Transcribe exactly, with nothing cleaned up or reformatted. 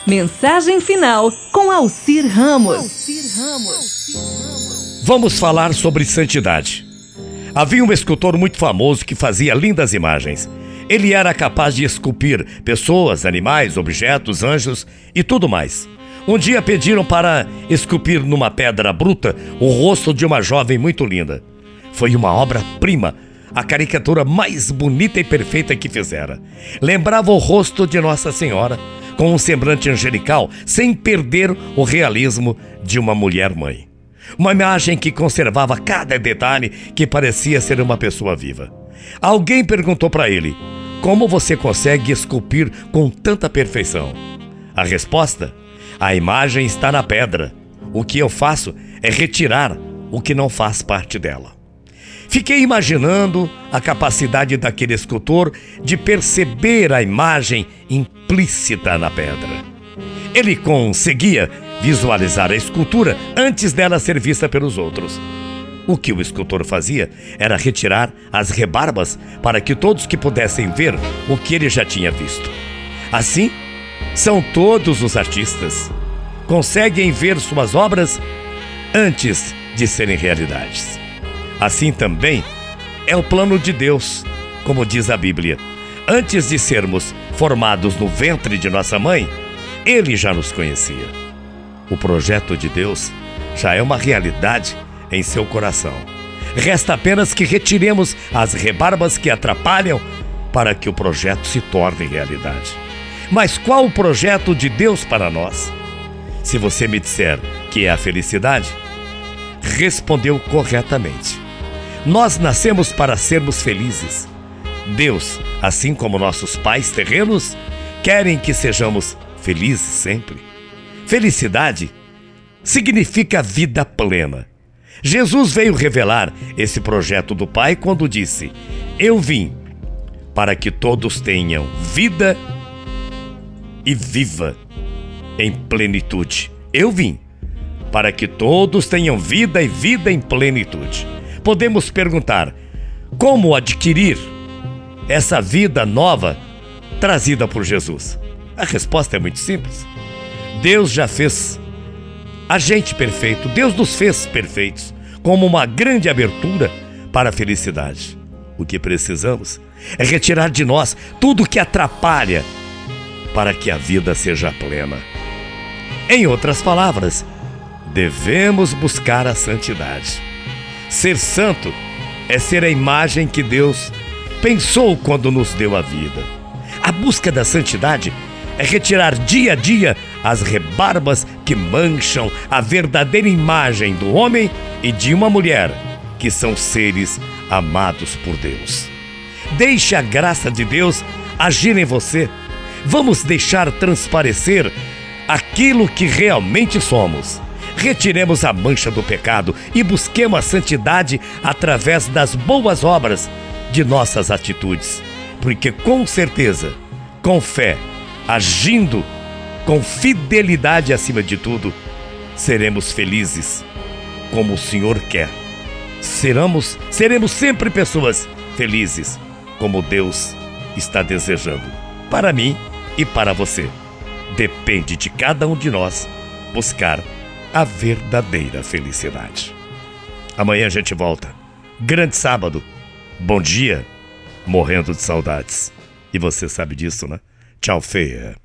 Mensagem final com Alcir Ramos. Vamos falar sobre santidade. Havia um escultor muito famoso que fazia lindas imagens. Ele era capaz de esculpir pessoas, animais, objetos, anjos e tudo mais. Um dia pediram para esculpir numa pedra bruta o rosto de uma jovem muito linda. Foi uma obra-prima, a caricatura mais bonita e perfeita que fizera. Lembrava o rosto de Nossa Senhora, com um semblante angelical, sem perder o realismo de uma mulher-mãe. Uma imagem que conservava cada detalhe, que parecia ser uma pessoa viva. Alguém perguntou para ele: como você consegue esculpir com tanta perfeição? A resposta: a imagem está na pedra. O que eu faço é retirar o que não faz parte dela. Fiquei imaginando a capacidade daquele escultor de perceber a imagem implícita na pedra. Ele conseguia visualizar a escultura antes dela ser vista pelos outros. O que o escultor fazia era retirar as rebarbas para que todos que pudessem ver o que ele já tinha visto. Assim, são todos os artistas. Conseguem ver suas obras antes de serem realidades. Assim também é o plano de Deus, como diz a Bíblia. Antes de sermos formados no ventre de nossa mãe, Ele já nos conhecia. O projeto de Deus já é uma realidade em seu coração. Resta apenas que retiremos as rebarbas que atrapalham para que o projeto se torne realidade. Mas qual o projeto de Deus para nós? Se você me disser que é a felicidade, respondeu corretamente. Nós nascemos para sermos felizes. Deus, assim como nossos pais terrenos, querem que sejamos felizes sempre. Felicidade significa vida plena. Jesus veio revelar esse projeto do Pai quando disse: eu vim para que todos tenham vida e viva em plenitude. Eu vim para que todos tenham vida e vida em plenitude. Podemos perguntar: como adquirir essa vida nova trazida por Jesus? A resposta é muito simples. Deus já fez a gente perfeito. Deus nos fez perfeitos, como uma grande abertura para a felicidade. O que precisamos é retirar de nós tudo que atrapalha para que a vida seja plena. Em outras palavras, devemos buscar a santidade. Ser santo é ser a imagem que Deus pensou quando nos deu a vida. A busca da santidade é retirar dia a dia as rebarbas que mancham a verdadeira imagem do homem e de uma mulher, que são seres amados por Deus. Deixe a graça de Deus agir em você. Vamos deixar transparecer aquilo que realmente somos. Retiremos a mancha do pecado e busquemos a santidade através das boas obras de nossas atitudes. Porque com certeza, com fé, agindo com fidelidade acima de tudo, seremos felizes como o Senhor quer. Seremos, seremos sempre pessoas felizes como Deus está desejando. Para mim e para você. Depende de cada um de nós buscar a verdadeira felicidade. Amanhã a gente volta. Grande sábado. Bom dia. Morrendo de saudades. E você sabe disso, né? Tchau, feia.